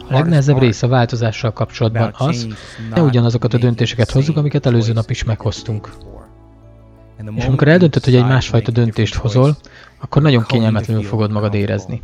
A legnehezebb rész a változással kapcsolatban az, ne ugyanazokat a döntéseket hozzuk, amiket előző nap is meghoztunk. És amikor eldöntöd, hogy egy másfajta döntést hozol, akkor nagyon kényelmetlenül fogod magad érezni.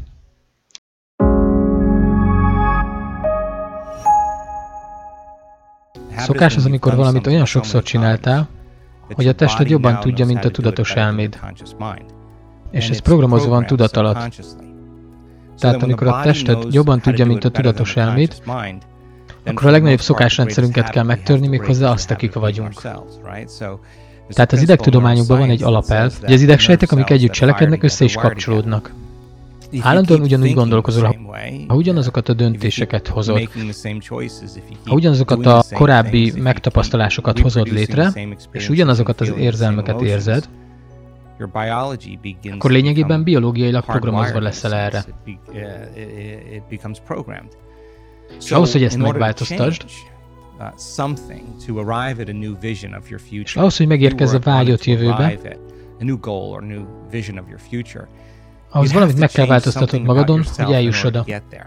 Szokás az, amikor valamit olyan sokszor csináltál, hogy a tested jobban tudja, mint a tudatos elméd. És ez programozva van tudat alatt. Tehát amikor a tested jobban tudja, mint a tudatos elméd, akkor a legnagyobb szokásrendszerünket kell megtörni, méghozzá azt, akik vagyunk. Tehát az idegtudományokban van egy alapelv, hogy az idegsejtek, amik együtt cselekednek, össze is kapcsolódnak. Állandóan ugyanúgy gondolkozol, ha ugyanazokat a döntéseket hozod, ha ugyanazokat a korábbi megtapasztalásokat hozod létre, és ugyanazokat az érzelmeket érzed, akkor lényegében biológiailag programozva leszel erre. És ahhoz, hogy ezt megváltoztasd, és ahhoz, hogy megérkezz a vágyott jövőbe, ahhoz valamit meg kell változtatnod magadon, hogy eljuss oda.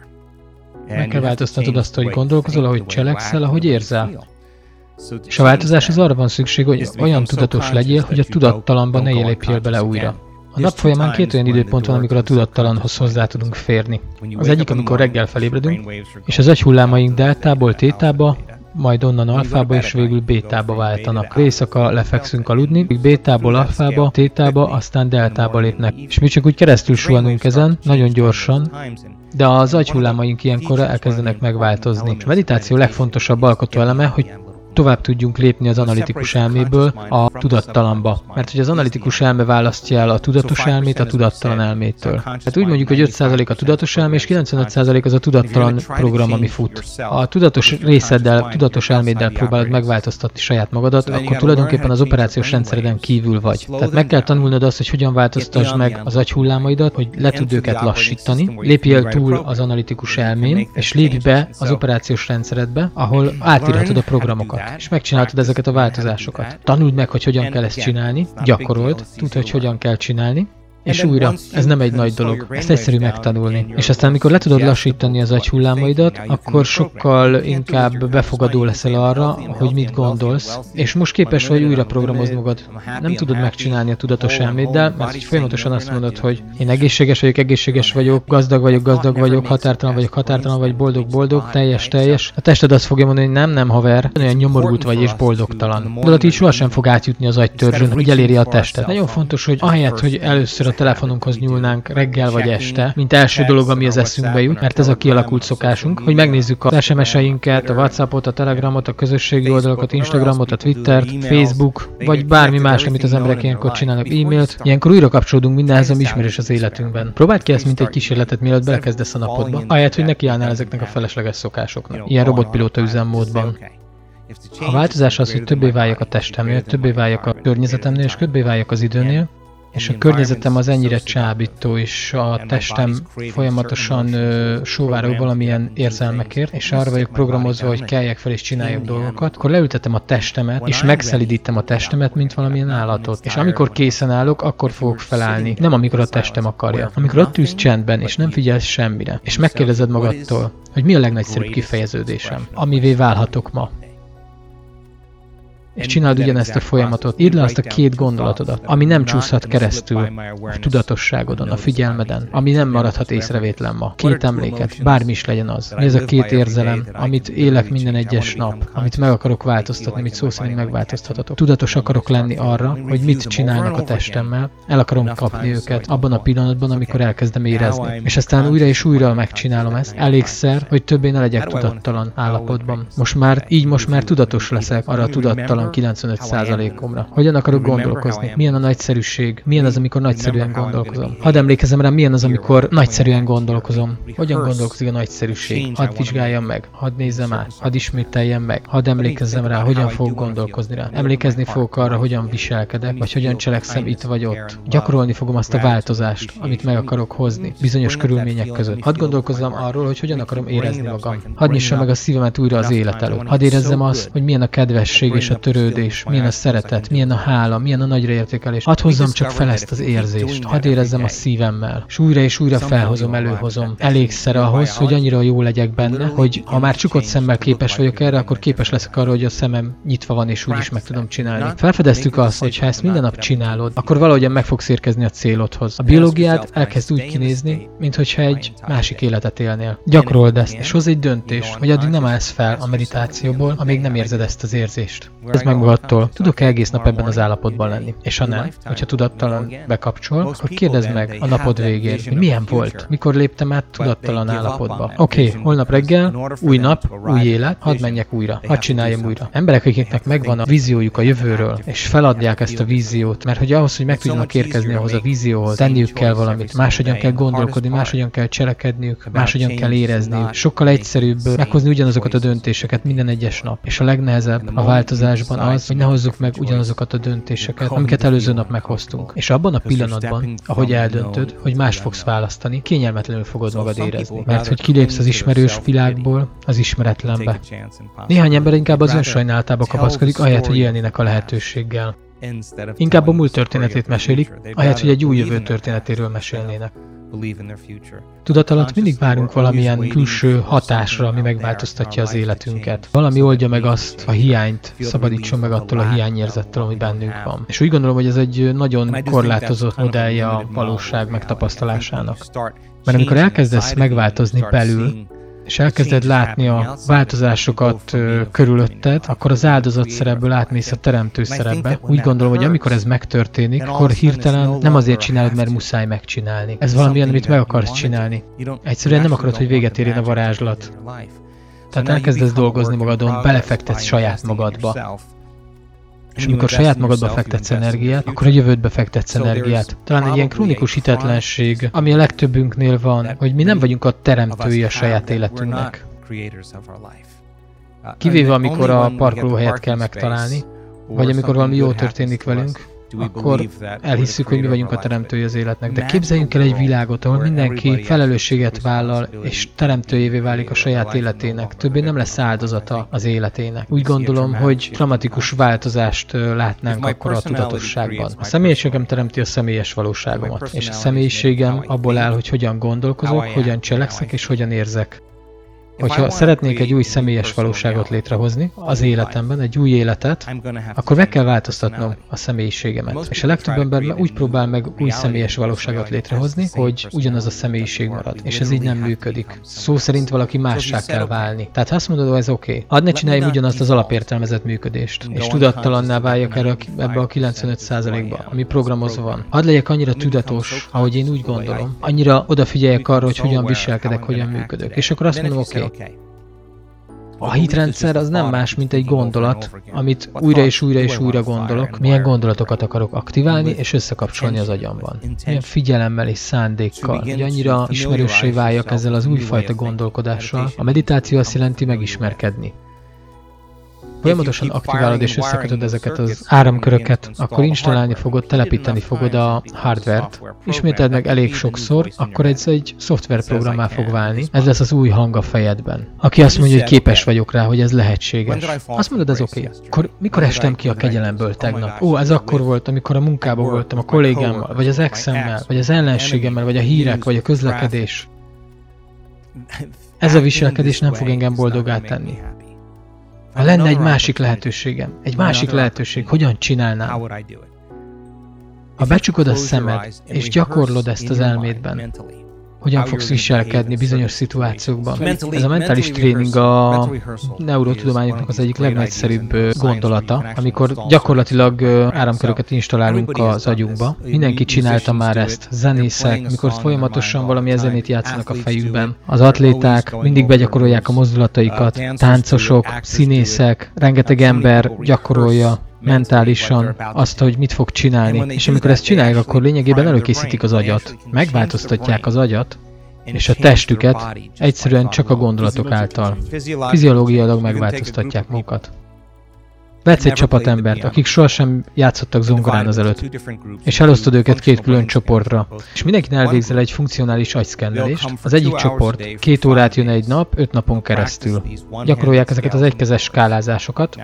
Meg kell változtatnod azt, hogy gondolkozol, ahogy cselekszel, ahogy érzel. És a változáshoz arra van szükség, hogy olyan tudatos legyél, hogy a tudattalanba ne lépjél bele újra. A nap folyamán két olyan időpont van, amikor a tudattalanhoz hozzá tudunk férni. Az egyik, amikor reggel felébredünk, és az agyhullámaink deltából tétába, majd onnan alfába és végül bétába váltanak. Éjszaka lefekszünk aludni, bétából alfába, tétába, aztán deltába lépnek. És mi csak úgy keresztül suhanunk ezen, nagyon gyorsan, de az agyhullámaink ilyenkor elkezdenek megváltozni. És a meditáció legfontosabb alkotóeleme, hogy tovább tudjunk lépni az analitikus elméből a tudattalanba. Mert hogy az analitikus elme választja el a tudatos elmét a tudattalan elmétől. Tehát úgy mondjuk, hogy 5% a tudatos elme, és 95% az a tudattalan program, ami fut. A tudatos részeddel, tudatos elméddel próbálod megváltoztatni saját magadat, akkor tulajdonképpen az operációs rendszereden kívül vagy. Tehát meg kell tanulnod azt, hogy hogyan változtasd meg az agyhullámaidat, hogy le tud őket lassítani, lépjél túl az analitikus elmén, és lépj be az operációs rendszeredbe, ahol átírhatod a programokat. És megcsináltad ezeket a változásokat. Tanuld meg, hogy hogyan kell ezt csinálni, gyakorold, tudd, hogy hogyan kell csinálni, és újra, ez nem egy nagy dolog, ezt egyszerű megtanulni. És aztán, amikor le tudod lassítani az agyhullámaidat, akkor sokkal inkább befogadó leszel arra, hogy mit gondolsz, és most képes vagy újra programozni magad. Nem tudod megcsinálni a tudatos elméddel, mert így folyamatosan azt mondod, hogy én egészséges vagyok, gazdag vagyok, határtalan vagy, boldog, teljes. A tested azt fogja mondani, hogy nem, haver, olyan nyomorult vagy és boldogtalan. Gondolat így sohasem fog átjutni az agytörzsön, hogy eléri a testet. Nagyon fontos, hogy ahelyett, hogy először a telefonunkhoz nyúlnánk reggel vagy este, mint első dolog, ami az eszünkbe jut, mert ez a kialakult szokásunk, hogy megnézzük a SMS-einket, a WhatsAppot, a Telegramot, a közösségi oldalakat, Instagramot, a Twittert, Facebook, vagy bármi más, amit az emberek ilyenkor csinálnak, e-mailt. Ilyenkor újra kapcsolódunk mindenhez, ami ismerős az életünkben. Próbáld ki ezt, mint egy kísérletet, mielőtt belekezdesz a napodba, ahelyett, hogy nekiállnál ezeknek a felesleges szokásoknak. Ilyen robotpilóta üzemmódban. A változás az, hogy többé váljak a testemnél, többé váljak a környezetemnél, és többé váljak az időnél, és a környezetem az ennyire csábító, és a testem folyamatosan sóvárog valamilyen érzelmekért, és arra vagyok programozva, hogy keljek fel és csináljak dolgokat, akkor leültetem a testemet, és megszelidítem a testemet, mint valamilyen állatot. És amikor készen állok, akkor fogok felállni. Nem amikor a testem akarja. Amikor ott ülsz csendben, és nem figyelsz semmire, és megkérdezed magadtól, hogy mi a legnagyszerűbb kifejeződésem, amivé válhatok ma. És csináld ugyanezt a folyamatot, írd le azt a két gondolatodat, ami nem csúszhat keresztül a tudatosságodon, a figyelmeden, ami nem maradhat észrevétlen ma. Két emléket, bármi is legyen az. Mi ez a két érzelem, amit élek minden egyes nap, amit meg akarok változtatni, amit szó szerint megváltoztathatok. Tudatos akarok lenni arra, hogy mit csinálnak a testemmel, el akarom kapni őket abban a pillanatban, amikor elkezdem érezni. És aztán újra és újra megcsinálom ezt, elégszer, hogy többé ne legyek tudattalan állapotban. Most már tudatos leszek arra a tudattalan 95%-omra. Hogyan akarok gondolkozni? Milyen a nagyszerűség? Milyen az, amikor nagyszerűen gondolkozom? Hadd emlékezzem rá, milyen az, amikor nagyszerűen gondolkozom. Hogyan gondolkozik a nagyszerűség? Hadd vizsgáljam meg, hadd nézzem át, hadd ismételjem meg, hadd emlékezzem rá, hogyan fogok gondolkozni rá. Emlékezni fogok arra, hogyan viselkedek, vagy hogyan cselekszem itt vagy ott. Gyakorolni fogom azt a változást, amit meg akarok hozni, bizonyos körülmények között. Hadd gondolkozzam arról, hogy hogyan akarom érezni magam. Hadd nyissam meg a szívemet újra az élet előtt. Hadd érezzem azt, hogy milyen a kedvesség és a törődés, milyen a szeretet, milyen a hála, milyen a nagyra értékelés. Hadd hozzam csak fel ezt az érzést, hadd érezzem a szívemmel, és újra felhozom, előhozom. Elégszer ahhoz, hogy annyira jó legyek benne, hogy ha már csukott szemmel képes vagyok erre, akkor képes leszek arra, hogy a szemem nyitva van, és úgy is meg tudom csinálni. Felfedeztük azt, hogy ha ezt minden nap csinálod, akkor valahogyan meg fogsz érkezni a célodhoz. A biológiád elkezd úgy kinézni, minthogyha egy másik életet élnél. Gyakorold ezt, és hozz egy döntést, hogy addig nem állsz fel a meditációból, amíg nem érzed ezt az érzést. Ez meg magadtól. Tudok egész nap ebben az állapotban lenni. És ha nem, hogyha tudattalan bekapcsol, akkor kérdezd meg a napod végén, hogy milyen volt, mikor léptem át tudattalan állapotba. Oké, holnap reggel, új nap, új élet, hadd menjek újra, hadd csináljam újra. Emberek, akiknek megvan a víziójuk a jövőről, és feladják ezt a víziót, mert hogy ahhoz, hogy meg tudjanak érkezni ahhoz a vízióhoz, tenniük kell valamit, máshogyan kell gondolkodni, máshogyan kell cselekedniük, máshogyan kell érezniük. Sokkal egyszerűbb meghozni ugyanazokat a döntéseket minden egyes nap. És a legnehezebb a változásban az, hogy ne hozzuk meg ugyanazokat a döntéseket, amiket előző nap meghoztunk. És abban a pillanatban, ahogy eldöntöd, hogy más fogsz választani, kényelmetlenül fogod magad érezni. Mert hogy kilépsz az ismerős világból az ismeretlenbe. Néhány ember inkább az önsajnálatába kapaszkodik, ahelyett, hogy élnének a lehetőséggel. Inkább a múlt történetét mesélik, ahelyett, hogy egy új jövő történetéről mesélnének. Tudat alatt mindig várunk valamilyen külső hatásra, ami megváltoztatja az életünket. Valami oldja meg azt a hiányt, szabadítson meg attól a hiányérzettől, ami bennünk van. És úgy gondolom, hogy ez egy nagyon korlátozott modellje a valóság megtapasztalásának. Mert amikor elkezdesz megváltozni belül, és elkezded látni a változásokat körülötted, akkor az áldozat szerepből átmész a teremtő szerepbe. Úgy gondolom, hogy amikor ez megtörténik, akkor hirtelen nem azért csinálod, mert muszáj megcsinálni. Ez valamilyen, amit meg akarsz csinálni. Egyszerűen nem akarod, hogy véget érjen a varázslat. Tehát elkezdesz dolgozni magadon, belefektetsz saját magadba. És amikor saját magadba fektetsz energiát, akkor a jövődbe fektetsz energiát. Talán egy ilyen krónikus hitetlenség, ami a legtöbbünknél van, hogy mi nem vagyunk a teremtői a saját életünknek. Kivéve amikor a parkolóhelyet kell megtalálni, vagy amikor valami jó történik velünk, akkor elhisszük, hogy mi vagyunk a teremtői az életnek. De képzeljünk el egy világot, ahol mindenki felelősséget vállal, és teremtőjévé válik a saját életének. Többé nem lesz áldozata az életének. Úgy gondolom, hogy dramatikus változást látnánk akkor a tudatosságban. A személyiségem teremti a személyes valóságomat. És a személyiségem abból áll, hogy hogyan gondolkozok, hogyan cselekszek és hogyan érzek. Hogyha szeretnék egy új személyes valóságot létrehozni az életemben, egy új életet, akkor meg kell változtatnom a személyiségemet. És a legtöbb ember úgy próbál meg új személyes valóságot létrehozni, hogy ugyanaz a személyiség marad. És ez így nem működik. Szó szerint valaki mássá kell válni. Tehát ha azt mondod, hogy ez oké, hadd ne csináljam ugyanazt az alapértelmezett működést, és tudattalanná váljak ebbe a 95%-ba, ami programozva van. Hadd legyek annyira tudatos, ahogy én úgy gondolom, annyira odafigyeljek arra, hogy hogyan viselkedek, hogyan működök. És akkor azt mondom, oké. A hitrendszer az nem más, mint egy gondolat, amit újra és újra és újra gondolok, milyen gondolatokat akarok aktiválni és összekapcsolni az agyamban. Milyen figyelemmel és szándékkal, hogy annyira ismerőssé váljak ezzel az újfajta gondolkodással. A meditáció azt jelenti megismerkedni. Folyamatosan aktiválod és összekötöd ezeket az áramköröket, akkor installálni fogod, telepíteni fogod a hardvert. Ismételd meg elég sokszor, akkor ez egy szoftverprogrammá fog válni. Ez lesz az új hang a fejedben. Aki azt mondja, hogy képes vagyok rá, hogy ez lehetséges. Azt mondod, ez oké. Akkor mikor estem ki a kegyelemből tegnap? Ó, ez akkor volt, amikor a munkában voltam, a kollégámmal, vagy az exemmel, vagy az ellenségemmel, vagy a hírek, vagy a közlekedés. Ez a viselkedés nem fog engem boldoggá tenni. Ha lenne egy másik lehetőségem, egy másik lehetőség, hogyan csinálnám? Ha becsukod a szemed, és gyakorlod ezt az elmédben, hogyan fogsz viselkedni bizonyos szituációkban. Ez a mentális tréning a neurotudományoknak az egyik legnagyszerűbb gondolata, amikor gyakorlatilag áramköröket installálunk az agyunkba. Mindenki csinálta már ezt. Zenészek, mikor folyamatosan valamilyen zenét játszanak a fejükben. Az atléták mindig begyakorolják a mozdulataikat. Táncosok, színészek, rengeteg ember gyakorolja mentálisan azt, hogy mit fog csinálni. És amikor ezt csinálják, akkor lényegében előkészítik az agyat, megváltoztatják az agyat, és a testüket egyszerűen csak a gondolatok által. Fiziológiailag megváltoztatják magukat. Vetsz egy csapatembert, akik sohasem játszottak zongorán azelőtt, és elosztod őket két külön csoportra, és mindenkin elvégzel egy funkcionális agyszkennelést. Az egyik csoport 2 órát jön egy nap, 5 napon keresztül. Gyakorolják ezeket az egykezes skálázásokat,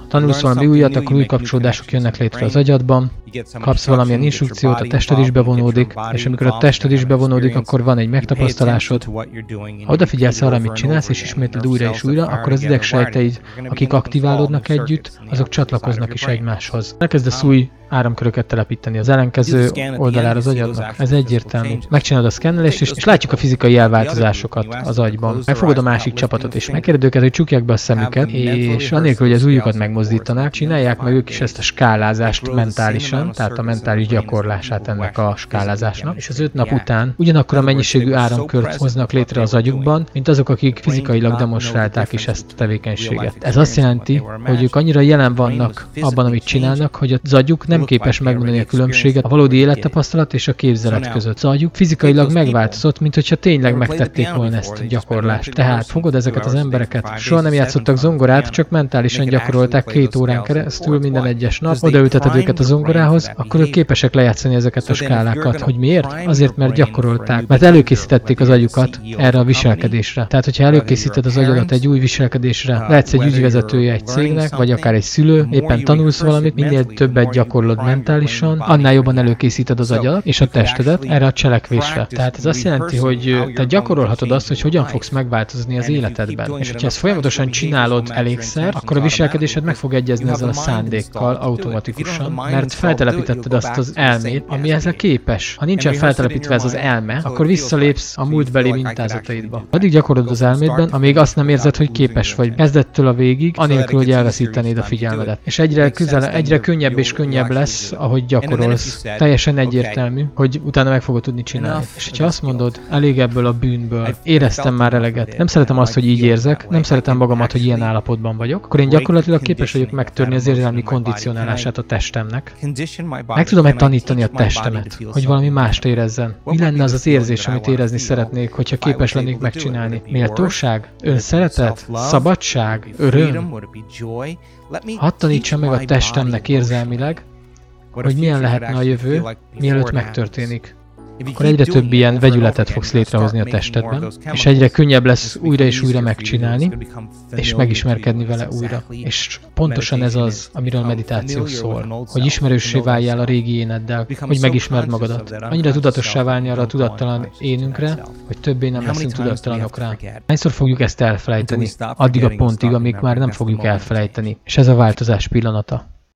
Tanulsz valami újat, akkor új kapcsolódások jönnek létre az agyadban, kapsz valamilyen instrukciót, a tested is bevonódik, és amikor a tested is bevonódik, akkor van egy megtapasztalásod. Ha odafigyelsz arra, amit csinálsz, és ismétled újra és újra, akkor az idegsejteid, akik aktiválódnak együtt, azok csatlakoznak is egymáshoz. Elkezdesz új áramköröket telepíteni az ellenkező oldalára az agyadnak. Ez egyértelmű. Megcsinálod a szkennelést, és látjuk a fizikai elváltozásokat az agyban. Megfogod a másik csapatot, és megkérded őket, hogy csukják be a szemüket, és anélkül, hogy az ujjukat megmozdítanák, csinálják meg ők is ezt a skálázást mentálisan, tehát a mentális gyakorlását ennek a skálázásnak. És az 5 nap után ugyanakkor a mennyiségű áramkört hoznak létre az agyukban, mint azok, akik fizikailag demonstrálták is ezt a tevékenységet. Ez azt jelenti, hogy ők annyira jelen vannak abban, amit csinálnak, hogy az agyuk nem képes megmondani a különbséget a valódi élettapasztalat és a képzelet között. Az agyuk fizikailag megváltozott, mint hogyha tényleg megtették volna ezt a gyakorlást. Tehát fogod ezeket az embereket, soha nem játszottak zongorát, csak mentálisan gyakorolták 2 órán keresztül minden egyes nap, odaülteted őket a zongorához, akkor ők képesek lejátszani ezeket a skálákat. Hogy miért? Azért, mert gyakorolták, mert előkészítették az agyukat erre a viselkedésre. Tehát, hogyha előkészíted az agyadat egy új viselkedésre, lehetsz egy ügyvezetője egy cégnek, vagy akár egy szülő, éppen tanulsz valamit, minél többet gyakorlod mentálisan, annál jobban előkészíted az agyadat és a testedet erre a cselekvésre. Tehát ez azt jelenti, hogy te gyakorolhatod azt, hogy hogyan fogsz megváltozni az életedben. És hogyha ezt folyamatosan csinálod elégszer, akkor a viselkedésed meg fog egyezni ezzel a szándékkal automatikusan, mert feltelepítetted azt az elmét, ami ezzel képes. Ha nincsen feltelepítve ez az elme, akkor visszalépsz a múltbeli mintázataidba. Addig gyakorolod az elmédben, amíg azt nem érzed, hogy képes vagy kezdettől a végig, anélkül, hogy elveszítenéd a figyelmedet. És egyre könnyebb és könnyebb lesz, ahogy gyakorolsz. Teljesen egyértelmű, hogy utána meg fogod tudni csinálni. És ha azt mondod, elég ebből a bűnből, éreztem már eleget, nem szeretem azt, hogy így érzek, nem szeretem magamat, hogy ilyen állapotban vagyok, akkor én gyakorlatilag képes vagyok megtörni az érzelmi kondicionálását a testemnek. Meg tudom-e tanítani a testemet, hogy valami mást érezzen? Mi lenne az az érzés, amit érezni szeretnék, hogyha képes lennék megcsinálni? Méltóság? Önszeretet? Szabadság? Öröm? Hadd tanítsam meg a testemnek érzelmileg, hogy milyen lehetne a jövő, mielőtt megtörténik. Akkor egyre több ilyen vegyületet fogsz létrehozni a testedben, és egyre könnyebb lesz újra és újra megcsinálni, és megismerkedni vele újra. És pontosan ez az, amiről a meditáció szól, hogy ismerőssé váljál a régi éneddel, hogy megismerd magadat. Annyira tudatossá válni arra a tudattalan énünkre, hogy többé nem leszünk tudattalanok rá. Hányszor fogjuk ezt elfelejteni? Addig a pontig, amíg már nem fogjuk elfelejteni. És ez a változás pillanata.